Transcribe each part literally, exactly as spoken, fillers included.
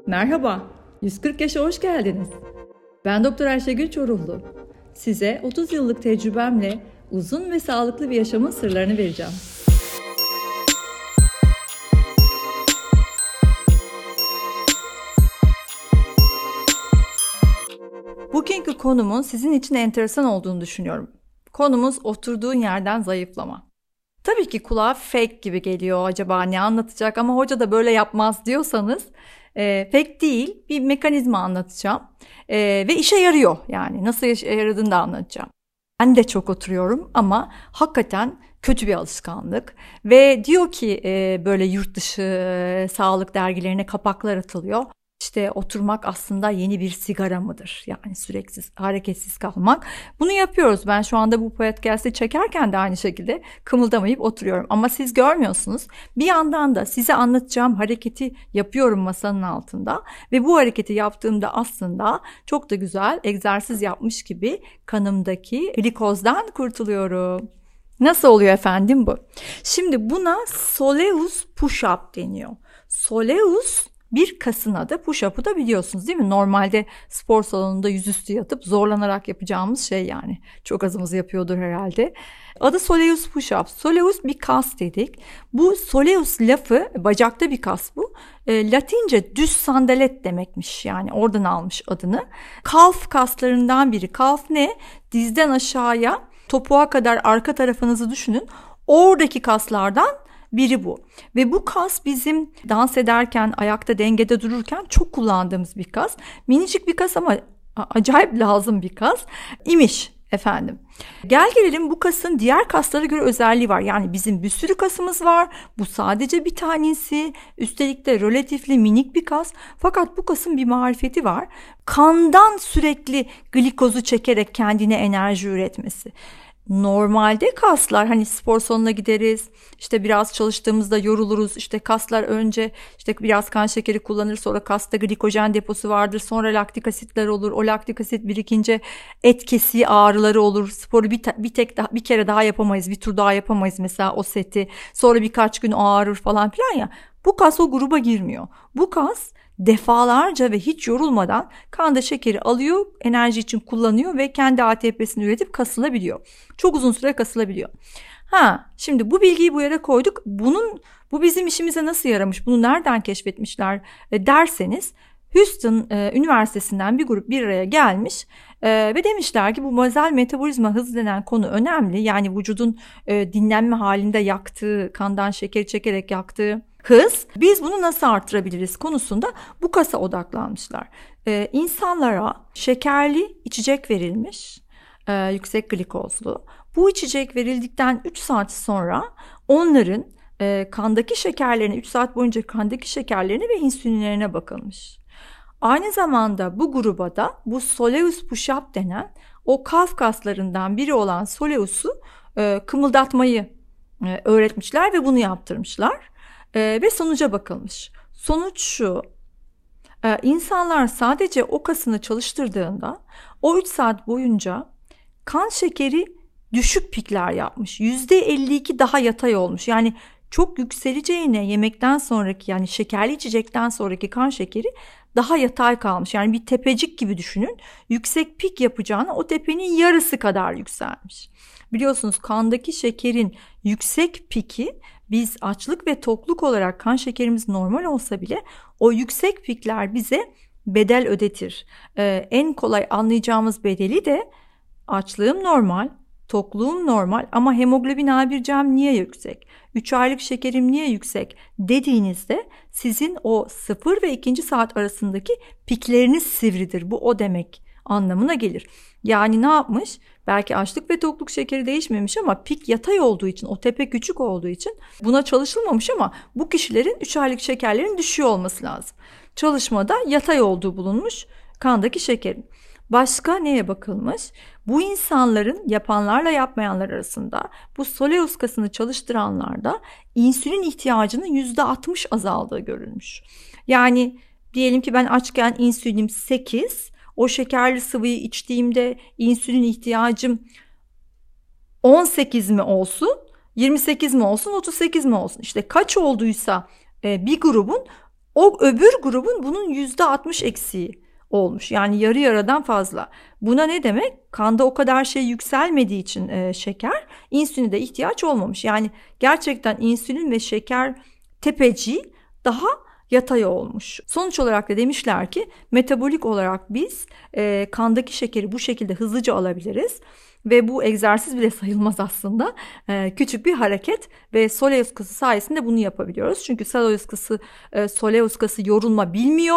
Merhaba, yüz kırk yaşa hoş geldiniz. Ben Doktor Ayşegül Çoruhlu. Size otuz yıllık tecrübemle uzun ve sağlıklı bir yaşamın sırlarını vereceğim. Bugünkü konumun sizin için enteresan olduğunu düşünüyorum. Konumuz oturduğun yerden zayıflama. Tabii ki kulağa fake gibi geliyor, acaba ne anlatacak ama hoca da böyle yapmaz diyorsanız e, fake değil, bir mekanizma anlatacağım e, ve işe yarıyor, yani nasıl işe yaradığını da anlatacağım. Ben de çok oturuyorum ama hakikaten kötü bir alışkanlık ve diyor ki e, böyle yurt dışı e, sağlık dergilerine kapaklar atılıyor. İşte oturmak aslında yeni bir sigara mıdır? Yani sürekli hareketsiz kalmak. Bunu yapıyoruz. Ben şu anda bu podcast'i çekerken de aynı şekilde kımıldamayıp oturuyorum. Ama siz görmüyorsunuz. Bir yandan da size anlatacağım hareketi yapıyorum masanın altında. Ve bu hareketi yaptığımda aslında çok da güzel egzersiz yapmış gibi kanımdaki glikozdan kurtuluyorum. Nasıl oluyor efendim bu? Şimdi buna soleus push-up deniyor. Soleus bir kasın adı, push-up'ı da biliyorsunuz değil mi? Normalde spor salonunda yüzüstü yatıp zorlanarak yapacağımız şey yani. Çok azımız yapıyordur herhalde. Adı soleus push-up. Soleus bir kas dedik. Bu soleus lafı, bacakta bir kas bu. E, Latince düz sandalet demekmiş, yani oradan almış adını. Kalf kaslarından biri. Kalf ne? Dizden aşağıya, topuğa kadar arka tarafınızı düşünün. Oradaki kaslardan biri bu. Ve bu kas bizim dans ederken, ayakta dengede dururken çok kullandığımız bir kas. Minicik bir kas ama acayip lazım bir kas imiş efendim. Gel gelelim, bu kasın diğer kaslara göre özelliği var. Yani bizim bir sürü kasımız var. Bu sadece bir tanesi. Üstelik de relatifli minik bir kas. Fakat bu kasın bir marifeti var. Kandan sürekli glikozu çekerek kendine enerji üretmesi. Normalde kaslar, hani spor salonuna gideriz, işte biraz çalıştığımızda yoruluruz, işte kaslar önce işte biraz kan şekeri kullanır, sonra kasta glikojen deposu vardır, sonra laktik asitler olur, o laktik asit birikince et kesiği ağrıları olur, sporu bir, te- bir tek daha, bir kere daha yapamayız, bir tur daha yapamayız mesela o seti, sonra birkaç gün ağrır falan filan ya. Bu kas o gruba girmiyor. Bu kas defalarca ve hiç yorulmadan kanda şekeri alıyor, enerji için kullanıyor ve kendi A T P'sini üretip kasılabiliyor. Çok uzun süre kasılabiliyor. Ha, şimdi bu bilgiyi bu yere koyduk. Bunun bu bizim işimize nasıl yaramış? Bunu nereden keşfetmişler e, derseniz, Houston e, Üniversitesi'nden bir grup bir araya gelmiş e, ve demişler ki bu bazal metabolizma hızı denen konu önemli. Yani vücudun e, dinlenme halinde yaktığı, kandan şekeri çekerek yaktığı hız, biz bunu nasıl artırabiliriz konusunda bu kasa odaklanmışlar. Ee, insanlara şekerli içecek verilmiş, e, yüksek glikozlu. Bu içecek verildikten üç saat sonra onların e, kandaki şekerlerine, üç saat boyunca kandaki şekerlerine ve insülinlerine bakılmış. Aynı zamanda bu gruba da bu soleus push-up denen o kalf kaslarından biri olan soleus'u e, kımıldatmayı e, öğretmişler ve bunu yaptırmışlar. Ee, ve sonuca bakılmış. Sonuç şu: e, insanlar sadece o kasını çalıştırdığında o üç saat boyunca kan şekeri düşük pikler yapmış. yüzde elli iki daha yatay olmuş. Yani çok yükseleceğine yemekten sonraki, yani şekerli içecekten sonraki kan şekeri daha yatay kalmış. Yani bir tepecik gibi düşünün. Yüksek pik yapacağına o tepenin yarısı kadar yükselmiş. Biliyorsunuz kandaki şekerin yüksek piki, biz açlık ve tokluk olarak kan şekerimiz normal olsa bile o yüksek pikler bize bedel ödetir. Ee, en kolay anlayacağımız bedeli de açlığım normal, tokluğum normal ama hemoglobin A bir cam niye yüksek? üç aylık şekerim niye yüksek dediğinizde sizin o sıfır ve ikinci saat arasındaki pikleriniz sivridir. Bu o demek anlamına gelir. Yani ne yapmış? Belki açlık ve tokluk şekeri değişmemiş ama pik yatay olduğu için, o tepe küçük olduğu için buna çalışılmamış ama bu kişilerin üç aylık şekerlerin düşüyor olması lazım. Çalışmada yatay olduğu bulunmuş kandaki şekerin. Başka neye bakılmış? Bu insanların yapanlarla yapmayanlar arasında bu soleus kasını çalıştıranlarda insülin ihtiyacının yüzde altmış azaldığı görülmüş. Yani diyelim ki ben açken insülinim sekiz, o şekerli sıvıyı içtiğimde insülin ihtiyacım on sekiz mi olsun, yirmi sekiz mi olsun, otuz sekiz mi olsun? İşte kaç olduysa bir grubun O öbür grubun bunun yüzde altmış eksiği olmuş. Yani yarı yarıdan fazla. Buna ne demek? Kanda o kadar şey yükselmediği için e, şeker, insüline de ihtiyaç olmamış. Yani gerçekten insülin ve şeker tepeciği daha yatay olmuş. Sonuç olarak da demişler ki metabolik olarak biz e, kandaki şekeri bu şekilde hızlıca alabiliriz. Ve bu egzersiz bile sayılmaz aslında. Ee, küçük bir hareket ve soleus kası sayesinde bunu yapabiliyoruz. Çünkü soleus kası, e, soleus kası yorulma bilmiyor.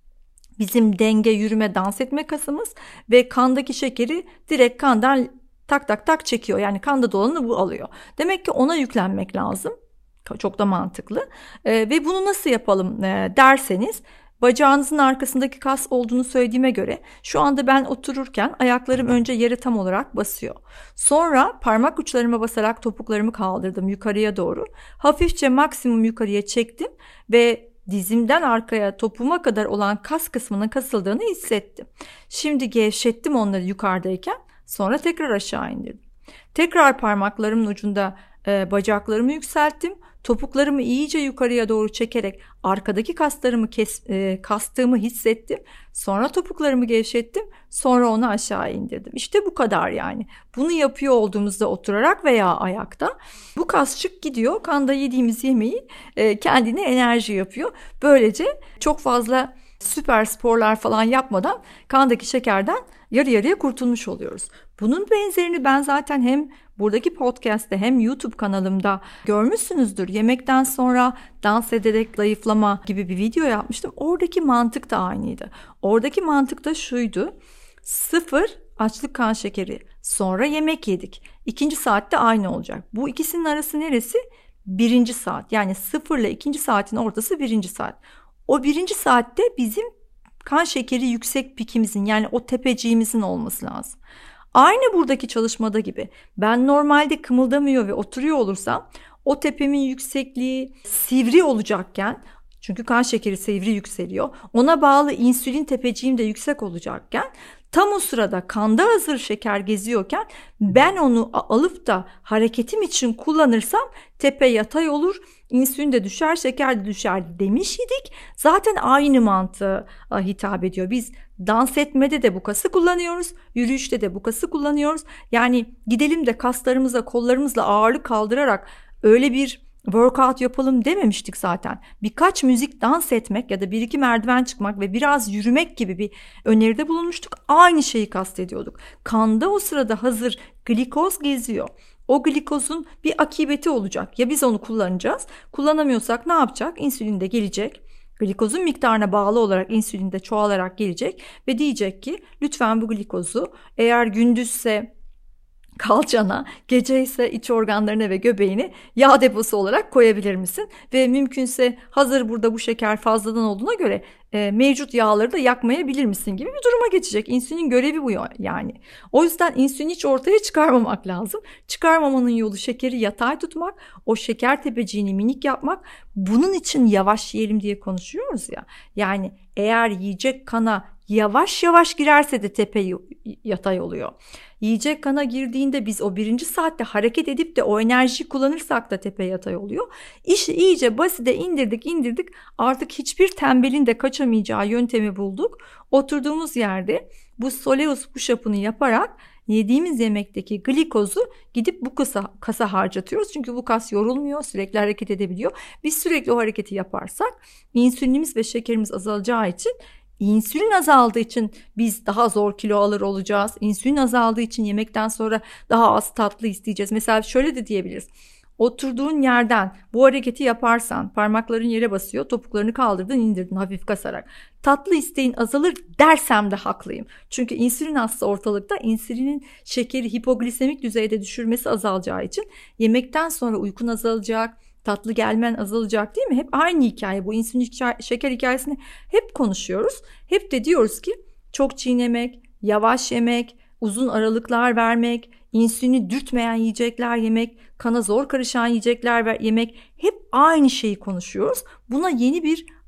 Bizim denge, yürüme, dans etme kasımız ve kandaki şekeri direkt kandan tak tak tak çekiyor. Yani kanda dolanını bu alıyor. Demek ki ona yüklenmek lazım. Çok da mantıklı. Ee, ve bunu nasıl yapalım e, derseniz, bacağınızın arkasındaki kas olduğunu söylediğime göre şu anda ben otururken ayaklarım önce yere tam olarak basıyor. Sonra parmak uçlarıma basarak topuklarımı kaldırdım yukarıya doğru. Hafifçe maksimum yukarıya çektim ve dizimden arkaya topuğuma kadar olan kas kısmının kasıldığını hissettim. Şimdi gevşettim onları yukarıdayken, sonra tekrar aşağı indirdim. Tekrar parmaklarımın ucunda e, bacaklarımı yükselttim. Topuklarımı iyice yukarıya doğru çekerek arkadaki kaslarımı kes, e, kastığımı hissettim. Sonra topuklarımı gevşettim. Sonra onu aşağı indirdim. İşte bu kadar yani. Bunu yapıyor olduğumuzda oturarak veya ayakta bu kasçık gidiyor. Kanda yediğimiz yemeği e, kendine enerji yapıyor. Böylece çok fazla süper sporlar falan yapmadan kandaki şekerden yarı yarıya kurtulmuş oluyoruz. Bunun benzerini ben zaten hem buradaki podcast'te hem YouTube kanalımda görmüşsünüzdür. Yemekten sonra dans ederek zayıflama gibi bir video yapmıştım. Oradaki mantık da aynıydı. Oradaki mantık da şuydu. Sıfır açlık kan şekeri, sonra yemek yedik. İkinci saatte aynı olacak. Bu ikisinin arası neresi? Birinci saat. Yani sıfırla ikinci saatin ortası birinci saat. O birinci saatte bizim kan şekeri yüksek pikimizin, yani o tepeciğimizin olması lazım. Aynı buradaki çalışmada gibi ben normalde kımıldamıyor ve oturuyor olursam o tepemin yüksekliği sivri olacakken, çünkü kan şekeri sivri yükseliyor, ona bağlı insülin tepeciğim de yüksek olacakken, tam o sırada kanda hazır şeker geziyorken ben onu alıp da hareketim için kullanırsam tepe yatay olur, insülin de düşer, şeker de düşer demiş idik. Zaten aynı mantığa hitap ediyor. Biz dans etmede de bu kası kullanıyoruz, yürüyüşte de bu kası kullanıyoruz. Yani gidelim de kaslarımızla, kollarımızla ağırlık kaldırarak öyle bir workout yapalım dememiştik zaten. Birkaç müzik dans etmek ya da bir iki merdiven çıkmak ve biraz yürümek gibi bir öneride bulunmuştuk. Aynı şeyi kastediyorduk. Kanda o sırada hazır glikoz geziyor. O glikozun bir akıbeti olacak. Ya biz onu kullanacağız. Kullanamıyorsak ne yapacak? İnsülin de gelecek. Glikozun miktarına bağlı olarak insülin de çoğalarak gelecek ve diyecek ki lütfen bu glikozu eğer gündüzse kalçana, gece ise iç organlarına ve göbeğine yağ deposu olarak koyabilir misin? Ve mümkünse hazır burada bu şeker fazladan olduğuna göre e, mevcut yağları da yakmayabilir misin gibi bir duruma geçecek. İnsülin görevi bu yani. O yüzden insülini hiç ortaya çıkarmamak lazım. Çıkarmamanın yolu şekeri yatay tutmak, o şeker tepeciğini minik yapmak. Bunun için yavaş yiyelim diye konuşuyoruz ya. Yani eğer yiyecek kana yavaş yavaş girerse de tepe yatay oluyor. Yiyecek kana girdiğinde biz o birinci saatte hareket edip de o enerjiyi kullanırsak da tepe yatay oluyor. İşi iyice basite indirdik indirdik artık hiçbir tembelin de kaçamayacağı yöntemi bulduk. Oturduğumuz yerde bu soleus push-up'ını yaparak yediğimiz yemekteki glikozu gidip bu kasa, kasa harcatıyoruz. Çünkü bu kas yorulmuyor, sürekli hareket edebiliyor. Biz sürekli o hareketi yaparsak insülinimiz ve şekerimiz azalacağı için, İnsülin azaldığı için biz daha zor kilo alır olacağız. İnsülin azaldığı için yemekten sonra daha az tatlı isteyeceğiz. Mesela şöyle de diyebiliriz. Oturduğun yerden bu hareketi yaparsan parmakların yere basıyor, topuklarını kaldırdın indirdin hafif kasarak. Tatlı isteğin azalır dersem de haklıyım. Çünkü insülin hasta ortalıkta, insülinin şekeri hipoglisemik düzeyde düşürmesi azalacağı için yemekten sonra uykun azalacak. Tatlı gelmen azalacak değil mi? Hep aynı hikaye bu. İnsülin şeker hikayesini hep konuşuyoruz. Hep de diyoruz ki çok çiğnemek, yavaş yemek, uzun aralıklar vermek, insülini dürtmeyen yiyecekler yemek, kana zor karışan yiyecekler yemek, hep aynı şeyi konuşuyoruz. Buna yeni bir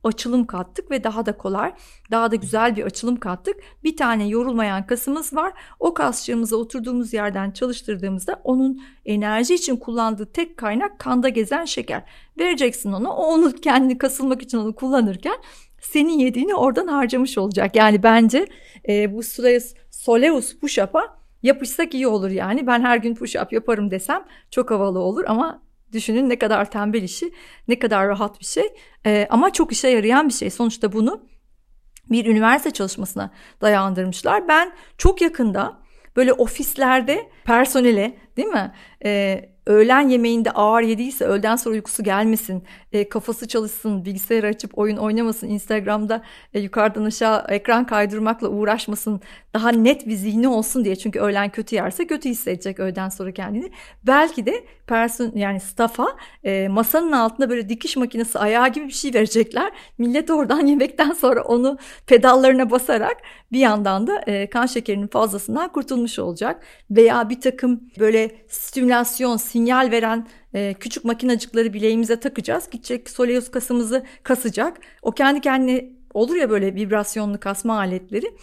açılım kattık ve daha da kolay, daha da güzel bir açılım kattık. Bir tane yorulmayan kasımız var. O kasçığımıza oturduğumuz yerden çalıştırdığımızda onun enerji için kullandığı tek kaynak kanda gezen şeker. Vereceksin ona, o onu kendini kasılmak için onu kullanırken senin yediğini oradan harcamış olacak. Yani bence e, bu Soleus, Soleus push-up'a yapışsak iyi olur yani. Ben her gün push-up yaparım desem çok havalı olur ama düşünün ne kadar tembel işi, ne kadar rahat bir şey e, ama çok işe yarayan bir şey. Sonuçta bunu bir üniversite çalışmasına dayandırmışlar. Ben çok yakında böyle ofislerde personele, değil mi? Ee, öğlen yemeğinde ağır yediyse öğleden sonra uykusu gelmesin, e, kafası çalışsın, bilgisayarı açıp oyun oynamasın, Instagram'da e, yukarıdan aşağı ekran kaydırmakla uğraşmasın, daha net bir zihni olsun diye. Çünkü öğlen kötü yerse kötü hissedecek öğleden sonra kendini. Belki de person yani staff'a e, masanın altında böyle dikiş makinesi ayağı gibi bir şey verecekler. Millet oradan yemekten sonra onu pedallarına basarak bir yandan da e, kan şekerinin fazlasından kurtulmuş olacak. Veya bir takım böyle stimülasyon, sinyal veren e, küçük makinacıkları bileğimize takacağız. Gidecek Soleus kasımızı kasacak. O kendi kendine olur ya böyle vibrasyonlu kasma aletleri.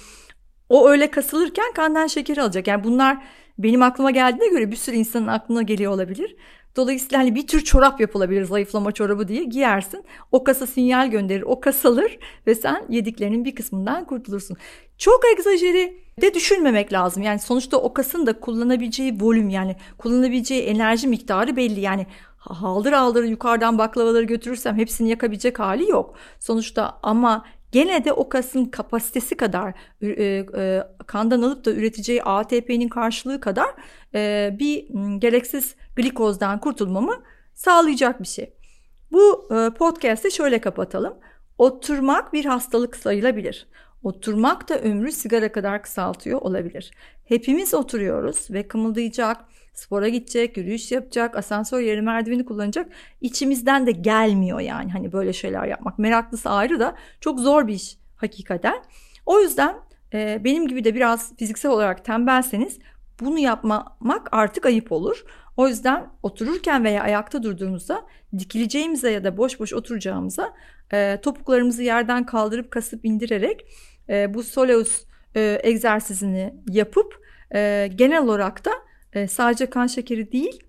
O öyle kasılırken kandan şekeri alacak. Yani bunlar benim aklıma geldiğine göre bir sürü insanın aklına geliyor olabilir. Dolayısıyla hani bir tür çorap yapılabilir, zayıflama çorabı diye giyersin. O kasa sinyal gönderir, o kasılır ve sen yediklerinin bir kısmından kurtulursun. Çok egzajeri de düşünmemek lazım. Yani sonuçta o kasın da kullanabileceği volüm, yani kullanabileceği enerji miktarı belli. Yani haldır haldır yukarıdan baklavaları götürürsem hepsini yakabilecek hali yok. Sonuçta ama gene de o kasın kapasitesi kadar e, e, kandan alıp da üreteceği A T P'nin karşılığı kadar e, bir gereksiz glikozdan kurtulmamı sağlayacak bir şey. Bu e, podcast'ı şöyle kapatalım. Oturmak bir hastalık sayılabilir. Oturmak da ömrü sigara kadar kısaltıyor olabilir. Hepimiz oturuyoruz ve kımıldayacak, spora gidecek, yürüyüş yapacak, asansör yeri merdiveni kullanacak. İçimizden de gelmiyor yani hani böyle şeyler yapmak. Meraklısı ayrı da çok zor bir iş hakikaten. O yüzden e, benim gibi de biraz fiziksel olarak tembelseniz bunu yapmak artık ayıp olur. O yüzden otururken veya ayakta durduğumuzda dikileceğimize ya da boş boş oturacağımıza e, topuklarımızı yerden kaldırıp kasıp indirerek e, bu Soleus e, egzersizini yapıp e, genel olarak da e, sadece kan şekeri değil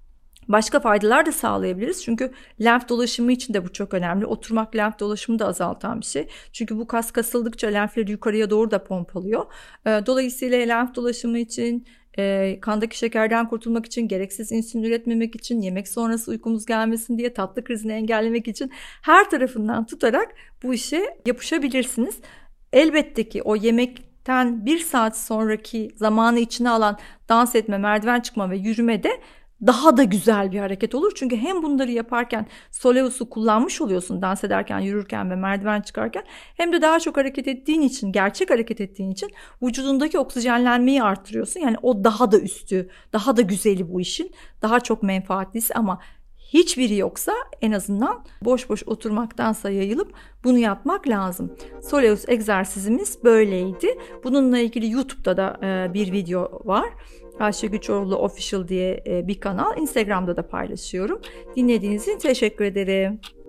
başka faydalar da sağlayabiliriz. Çünkü lenf dolaşımı için de bu çok önemli. Oturmak lenf dolaşımını da azaltan bir şey. Çünkü bu kas kasıldıkça lenfleri yukarıya doğru da pompalıyor. E, dolayısıyla lenf dolaşımı için, E, kandaki şekerden kurtulmak için, gereksiz insülin üretmemek için, yemek sonrası uykumuz gelmesin diye, tatlı krizini engellemek için her tarafından tutarak bu işe yapışabilirsiniz. Elbette ki o yemekten bir saat sonraki zamanı içine alan dans etme, merdiven çıkma ve yürüme de daha da güzel bir hareket olur. Çünkü hem bunları yaparken Soleus'u kullanmış oluyorsun dans ederken, yürürken ve merdiven çıkarken, hem de daha çok hareket ettiğin için, gerçek hareket ettiğin için vücudundaki oksijenlenmeyi arttırıyorsun. Yani o daha da üstü, daha da güzeli bu işin, daha çok menfaatlisi. Ama hiçbiri yoksa en azından boş boş oturmaktansa yayılıp bunu yapmak lazım. Soleus egzersizimiz böyleydi. Bununla ilgili YouTube'da da bir video var. Ayşe Güçoğlu Official diye bir kanal. Instagram'da da paylaşıyorum. Dinlediğiniz için teşekkür ederim.